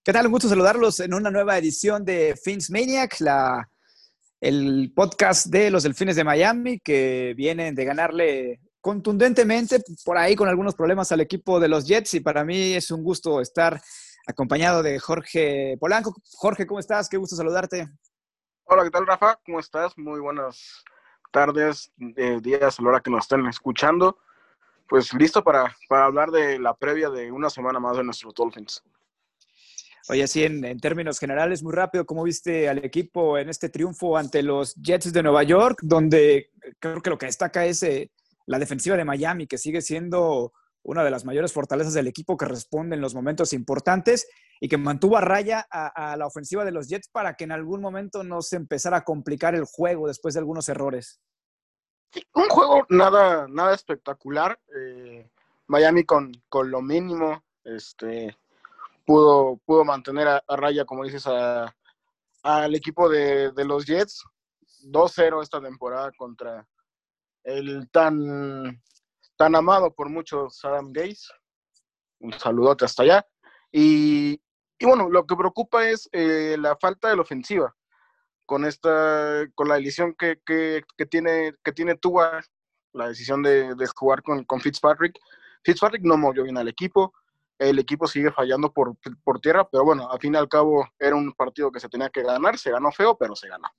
¿Qué tal? Un gusto saludarlos en una nueva edición de Fins Maniac, el podcast de los Delfines de Miami, que vienen de ganarle contundentemente por ahí con algunos problemas al equipo de los Jets. Y para mí es un gusto estar acompañado de Jorge Polanco. Jorge, ¿cómo estás? Qué gusto saludarte. Hola, ¿qué tal, Rafa? ¿Cómo estás? Muy buenas tardes, días a la hora que nos estén escuchando. Pues listo para hablar de la previa de una semana más de nuestros Dolphins. Oye, así en términos generales, muy rápido, ¿cómo viste al equipo en este triunfo ante los Jets de Nueva York? Donde creo que lo que destaca es la defensiva de Miami, que sigue siendo una de las mayores fortalezas del equipo, que responde en los momentos importantes y que mantuvo a raya a la ofensiva de los Jets para que en algún momento no se empezara a complicar el juego después de algunos errores. Un juego nada espectacular. Miami con lo mínimo pudo mantener a raya, como dices, al equipo de los Jets. 2-0 esta temporada contra el tan amado por muchos Adam Gase. Un saludote hasta allá. Y bueno, lo que preocupa es la falta de la ofensiva. Con la decisión que tiene Tua, la decisión de jugar con Fitzpatrick. Fitzpatrick no movió bien al equipo. El equipo sigue fallando por tierra, pero bueno, al fin y al cabo era un partido que se tenía que ganar. Se ganó feo, pero se ganó.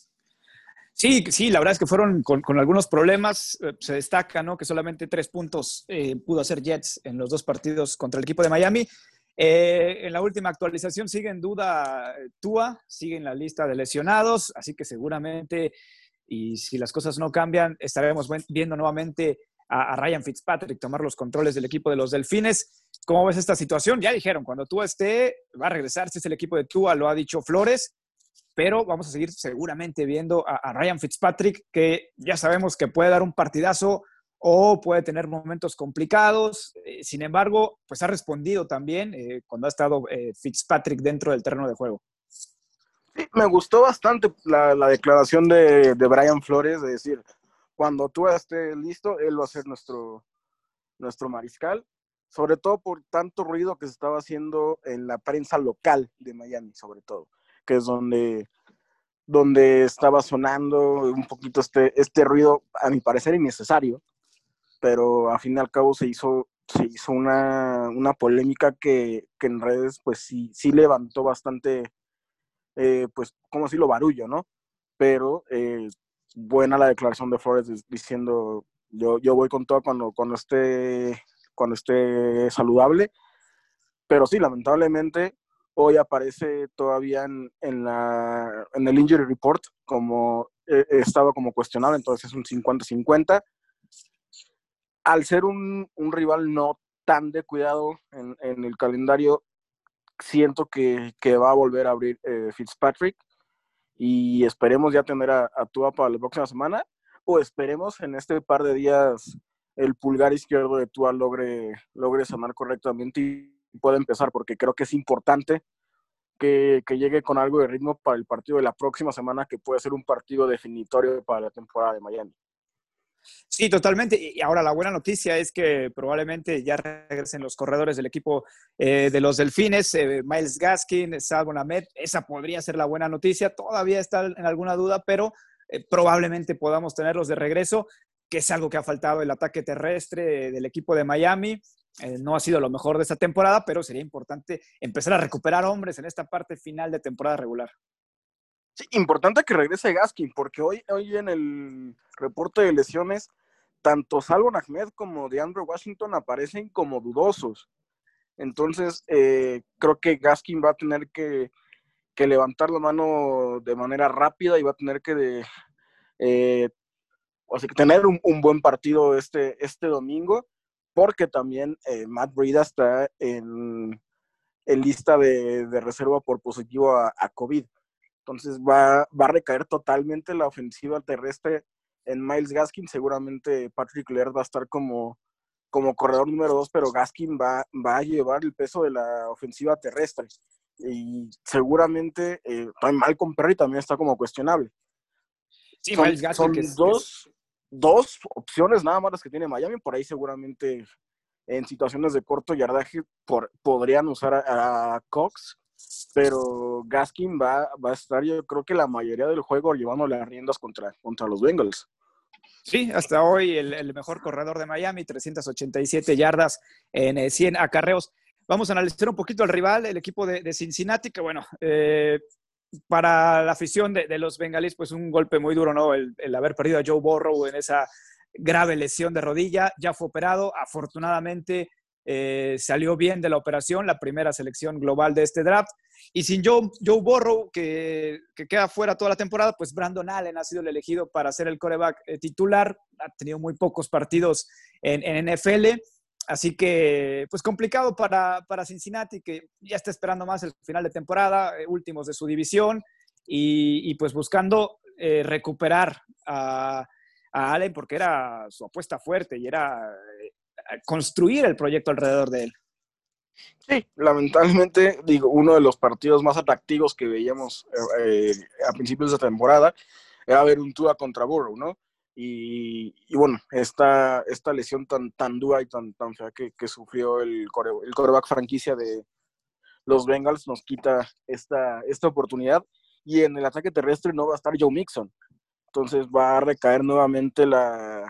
Sí, sí, la verdad es que fueron con algunos problemas. Se destaca, ¿no?, que solamente 3 puntos pudo hacer Jets en los dos partidos contra el equipo de Miami. En la última actualización sigue en duda Tua, sigue en la lista de lesionados, así que seguramente, y si las cosas no cambian, estaremos viendo nuevamente a Ryan Fitzpatrick tomar los controles del equipo de los Delfines. ¿Cómo ves esta situación? Ya dijeron, cuando Tua esté, va a regresar, si es el equipo de Tua, lo ha dicho Flores, pero vamos a seguir seguramente viendo a Ryan Fitzpatrick, que ya sabemos que puede dar un partidazo o puede tener momentos complicados. Sin embargo, pues ha respondido también cuando ha estado Fitzpatrick dentro del terreno de juego. Sí, me gustó bastante la declaración de Brian Flores, de decir, cuando tú estés listo, él va a ser nuestro mariscal, sobre todo por tanto ruido que se estaba haciendo en la prensa local de Miami, sobre todo, que es donde estaba sonando un poquito este ruido, a mi parecer innecesario, pero al fin y al cabo se hizo una polémica que en redes pues sí levantó bastante, pues, ¿cómo decirlo?, barullo, ¿no? Pero buena la declaración de Flores diciendo, yo voy con todo cuando esté saludable, pero sí, lamentablemente, hoy aparece todavía en el injury report como estaba como cuestionable, entonces es un 50-50. Al ser un rival no tan de cuidado en el calendario, siento que va a volver a abrir Fitzpatrick y esperemos ya tener a Tua para la próxima semana, o esperemos en este par de días el pulgar izquierdo de Tua logre sanar correctamente y pueda empezar, porque creo que es importante que llegue con algo de ritmo para el partido de la próxima semana, que puede ser un partido definitorio para la temporada de Miami. Sí, totalmente. Y ahora la buena noticia es que probablemente ya regresen los corredores del equipo de los Delfines, Myles Gaskin, Salvon Ahmed. Esa podría ser la buena noticia. Todavía está en alguna duda, pero probablemente podamos tenerlos de regreso, que es algo que ha faltado el ataque terrestre del equipo de Miami. No ha sido lo mejor de esta temporada, pero sería importante empezar a recuperar hombres en esta parte final de temporada regular. Sí, importante que regrese Gaskin, porque hoy en el reporte de lesiones, tanto Salvon Ahmed como DeAndre Washington aparecen como dudosos. Entonces, creo que Gaskin va a tener que levantar la mano de manera rápida y va a tener eh, o sea, que tener un buen partido este domingo, porque también Matt Breida está en lista de reserva por positivo a COVID. Entonces va a recaer totalmente la ofensiva terrestre en Myles Gaskin. Seguramente Patrick Laird va a estar como corredor número 2, pero Gaskin va a llevar el peso de la ofensiva terrestre. Y seguramente Malcolm Perry también está como cuestionable. Sí, Son, Myles Gaskin, son dos opciones nada más las que tiene Miami. Por ahí seguramente en situaciones de corto yardaje podrían usar a Cox, pero Gaskin va a estar, yo creo que la mayoría del juego llevando las riendas contra los Bengals. Sí, hasta hoy el mejor corredor de Miami, 387 yardas en 100 acarreos. Vamos a analizar un poquito al rival, el equipo de Cincinnati, que bueno, para la afición de los bengalíes, pues un golpe muy duro, ¿no? El haber perdido a Joe Burrow en esa grave lesión de rodilla, ya fue operado, afortunadamente salió bien de la operación, la primera selección global de este draft, y sin Joe Burrow, que queda fuera toda la temporada, pues Brandon Allen ha sido el elegido para ser el quarterback titular, ha tenido muy pocos partidos en NFL, así que pues complicado para Cincinnati, que ya está esperando más el final de temporada, últimos de su división, y pues buscando recuperar a Allen, porque era su apuesta fuerte y era construir el proyecto alrededor de él. Sí, lamentablemente, digo, uno de los partidos más atractivos que veíamos a principios de temporada era ver un Tua contra Burrow, ¿no? Y bueno, esta lesión tan dura y tan fea que sufrió el quarterback franquicia de los Bengals nos quita esta oportunidad, y en el ataque terrestre no va a estar Joe Mixon, entonces va a recaer nuevamente la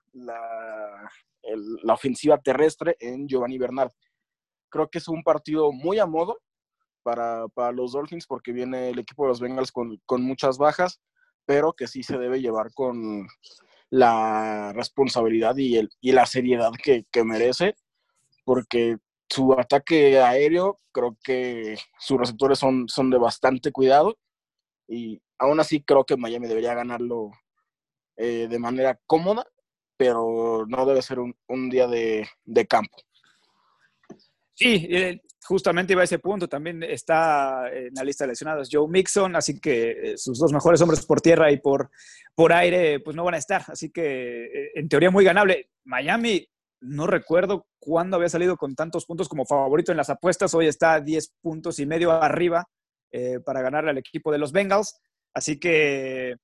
ofensiva terrestre en Giovanni Bernard. Creo que es un partido muy a modo para los Dolphins, porque viene el equipo de los Bengals con muchas bajas, pero que sí se debe llevar con la responsabilidad y la seriedad que merece, porque su ataque aéreo, creo que sus receptores son de bastante cuidado, y aún así creo que Miami debería ganarlo de manera cómoda, pero no debe ser un día de campo. Sí, justamente iba a ese punto. También está en la lista de lesionados Joe Mixon, así que sus dos mejores hombres por tierra y por aire pues no van a estar. Así que en teoría muy ganable. Miami, no recuerdo cuándo había salido con tantos puntos como favorito en las apuestas. Hoy está 10 puntos y medio arriba para ganarle al equipo de los Bengals. Así que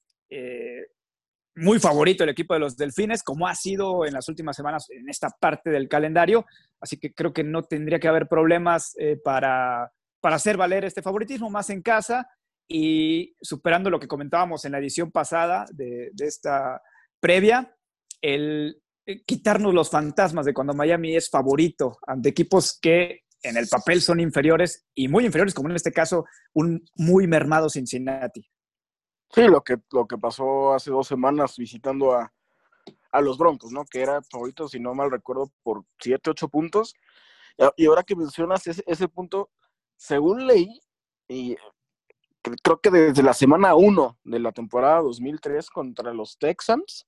muy favorito el equipo de los Delfines, como ha sido en las últimas semanas en esta parte del calendario. Así que creo que no tendría que haber problemas para hacer valer este favoritismo más en casa, y superando lo que comentábamos en la edición pasada de esta previa, el quitarnos los fantasmas de cuando Miami es favorito ante equipos que en el papel son inferiores, y muy inferiores, como en este caso un muy mermado Cincinnati. Sí, lo que pasó hace 2 semanas visitando a los Broncos, ¿no? Que era favorito, si no mal recuerdo, por 7, 8 puntos. Y ahora que mencionas ese punto, según leí, y creo que desde la semana 1 de la temporada 2003 contra los Texans,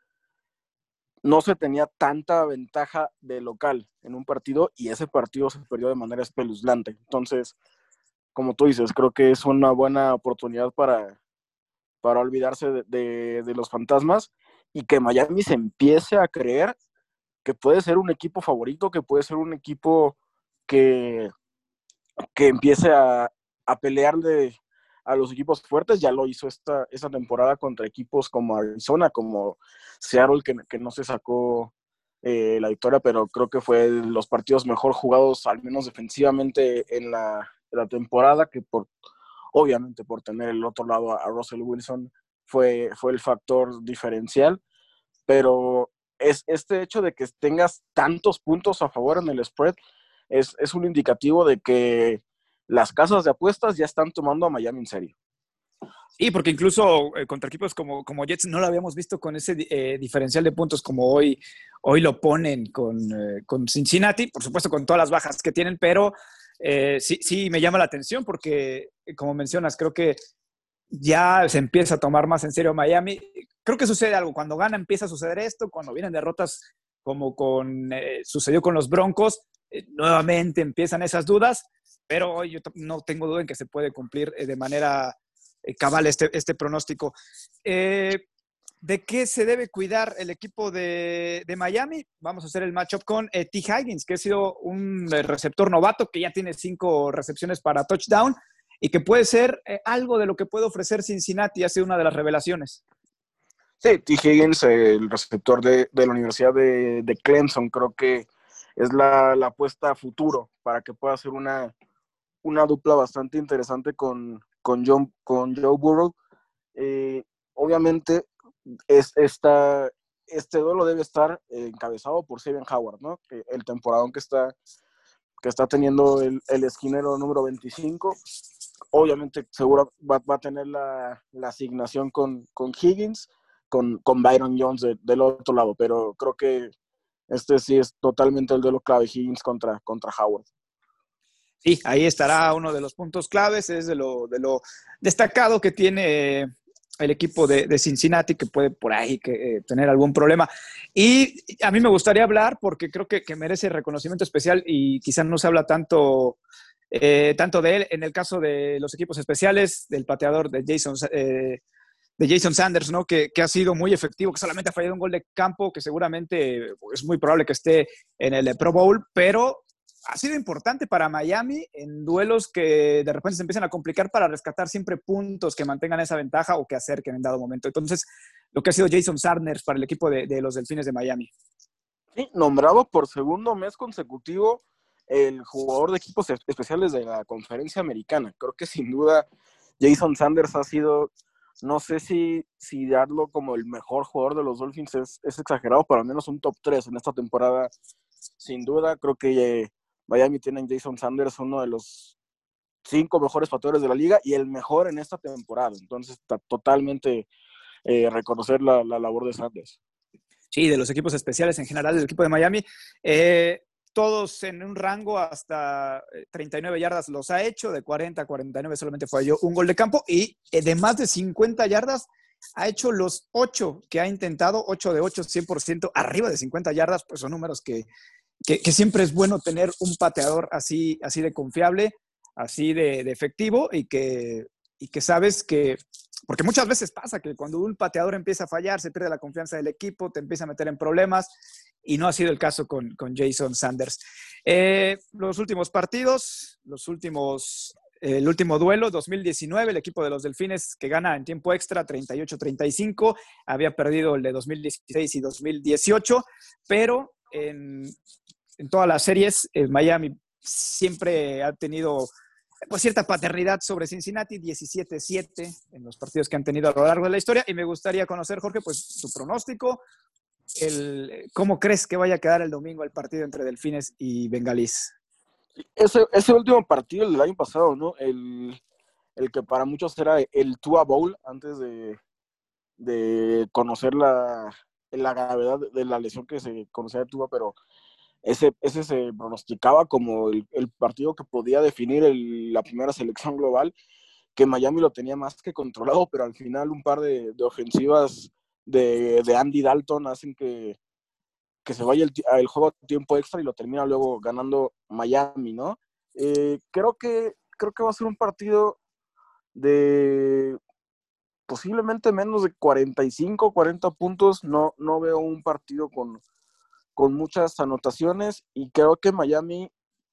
no se tenía tanta ventaja de local en un partido, y ese partido se perdió de manera espeluznante. Entonces, como tú dices, creo que es una buena oportunidad para olvidarse de los fantasmas, y que Miami se empiece a creer que puede ser un equipo favorito, que puede ser un equipo que empiece a pelearle a los equipos fuertes. Ya lo hizo esta temporada contra equipos como Arizona, como Seattle, que no se sacó la victoria, pero creo que fue de los partidos mejor jugados, al menos defensivamente, en la temporada, que obviamente por tener el otro lado a Russell Wilson fue el factor diferencial. Pero es este hecho de que tengas tantos puntos a favor en el spread es un indicativo de que las casas de apuestas ya están tomando a Miami en serio. Sí, porque incluso contra equipos como Jets no lo habíamos visto con ese diferencial de puntos como hoy lo ponen con Cincinnati, por supuesto con todas las bajas que tienen, pero sí me llama la atención porque, como mencionas, creo que ya se empieza a tomar más en serio Miami. Creo que sucede algo, cuando gana empieza a suceder esto, cuando vienen derrotas como sucedió con los Broncos, nuevamente empiezan esas dudas, pero hoy yo no tengo duda en que se puede cumplir de manera cabal este pronóstico. ¿De qué se debe cuidar el equipo de Miami? Vamos a hacer el matchup con T. Higgins, que ha sido un receptor novato que ya tiene 5 recepciones para touchdown y que puede ser algo de lo que puede ofrecer Cincinnati. Ha sido una de las revelaciones. Sí, T. Higgins, el receptor de la Universidad de Clemson, creo que es la apuesta a futuro para que pueda ser una una dupla bastante interesante con Joe Burrow. Obviamente, este duelo debe estar encabezado por Xavier Howard, ¿no? El temporadón que está teniendo el esquinero número 25. Obviamente, seguro va a tener la asignación con Higgins, con Byron Jones del otro lado, pero creo que este sí es totalmente el duelo clave, Higgins contra Howard. Sí, ahí estará uno de los puntos claves, es de lo destacado que tiene el equipo de Cincinnati, que puede por ahí tener algún problema. Y a mí me gustaría hablar, porque creo que merece reconocimiento especial y quizás no se habla tanto de él en el caso de los equipos especiales, del pateador de Jason Sanders, ¿no? Que ha sido muy efectivo, que solamente ha fallado un gol de campo, que seguramente es muy probable que esté en el Pro Bowl, pero ha sido importante para Miami en duelos que de repente se empiezan a complicar para rescatar siempre puntos que mantengan esa ventaja o que acerquen en dado momento. Entonces, lo que ha sido Jason Sanders para el equipo de los Delfines de Miami. Sí, nombrado por segundo mes consecutivo el jugador de equipos especiales de la Conferencia Americana. Creo que sin duda Jason Sanders ha sido, no sé si darlo como el mejor jugador de los Dolphins es exagerado, pero al menos un top 3 en esta temporada. Sin duda, creo que Miami tiene en Jason Sanders uno de los 5 mejores pateadores de la liga y el mejor en esta temporada. Entonces, está totalmente reconocer la labor de Sanders. Sí, de los equipos especiales en general del equipo de Miami. Todos en un rango hasta 39 yardas los ha hecho, de 40 a 49 solamente falló un gol de campo y de más de 50 yardas ha hecho los 8 que ha intentado, 8 de 8, 100%, arriba de 50 yardas, pues son números que siempre es bueno tener un pateador así de confiable, así de efectivo y que sabes que, porque muchas veces pasa que cuando un pateador empieza a fallar, se pierde la confianza del equipo, te empieza a meter en problemas y no ha sido el caso con Jason Sanders. Los últimos partidos, el último duelo, 2019, el equipo de los Delfines que gana en tiempo extra 38-35, había perdido el de 2016 y 2018, pero en todas las series, Miami siempre ha tenido pues, cierta paternidad sobre Cincinnati, 17-7 en los partidos que han tenido a lo largo de la historia. Y me gustaría conocer, Jorge, pues tu pronóstico, cómo crees que vaya a quedar el domingo el partido entre Delfines y Bengalís. Ese último partido el del año pasado, ¿no? El que para muchos era el Tua Bowl, antes de conocer la gravedad de la lesión que se conocía de Tua, pero ese se pronosticaba como el partido que podía definir la primera selección global, que Miami lo tenía más que controlado, pero al final un par de ofensivas de Andy Dalton hacen que se vaya el juego a tiempo extra y lo termina luego ganando Miami, ¿no? Creo que va a ser un partido de posiblemente menos de 45, 40 puntos. No veo un partido con muchas anotaciones y creo que Miami,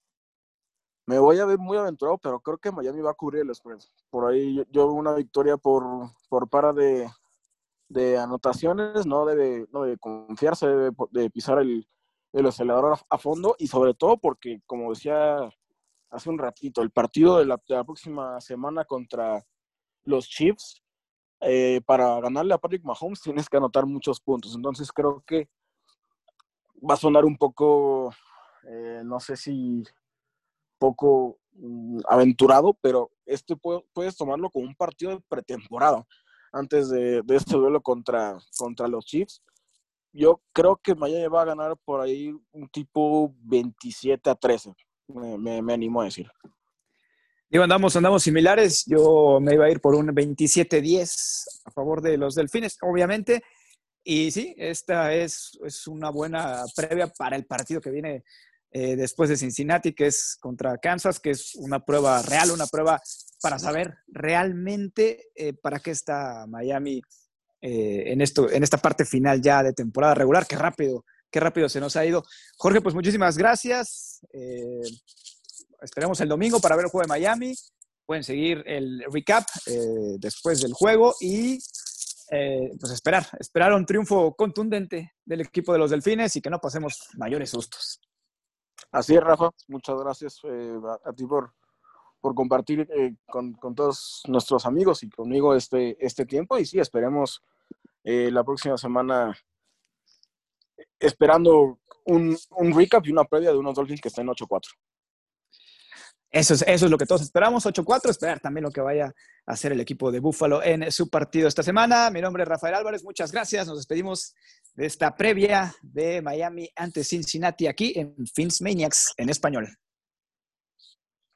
me voy a ver muy aventurado, pero creo que Miami va a cubrir el spread. Por ahí yo veo una victoria por para de anotaciones, no debe confiarse, debe de pisar el acelerador a fondo y sobre todo porque, como decía hace un ratito, el partido de la próxima semana contra los Chiefs, para ganarle a Patrick Mahomes tienes que anotar muchos puntos. Entonces creo que va a sonar un poco, no sé si poco aventurado, pero puedes tomarlo como un partido de pretemporada antes de este duelo contra los Chiefs. Yo creo que Miami va a ganar por ahí un tipo 27-13, me animo a decir. Digo, andamos similares. Yo me iba a ir por un 27-10 a favor de los Delfines, obviamente. Y sí, esta es una buena previa para el partido que viene después de Cincinnati, que es contra Kansas, que es una prueba real, una prueba para saber realmente para qué está Miami en esta parte final ya de temporada regular. Qué rápido se nos ha ido. Jorge, pues muchísimas gracias. Esperemos el domingo para ver el juego de Miami. Pueden seguir el recap después del juego y pues esperar un triunfo contundente del equipo de los Delfines y que no pasemos mayores sustos. Así es, Rafa. Muchas gracias a ti por compartir con todos nuestros amigos y conmigo este tiempo. Y sí, esperemos la próxima semana, esperando un recap y una previa de unos Dolphins que estén 8-4. Eso es lo que todos esperamos, 8-4, esperar también lo que vaya a hacer el equipo de Buffalo en su partido esta semana. Mi nombre es Rafael Álvarez, muchas gracias. Nos despedimos de esta previa de Miami ante Cincinnati aquí en Fins Maniacs en español.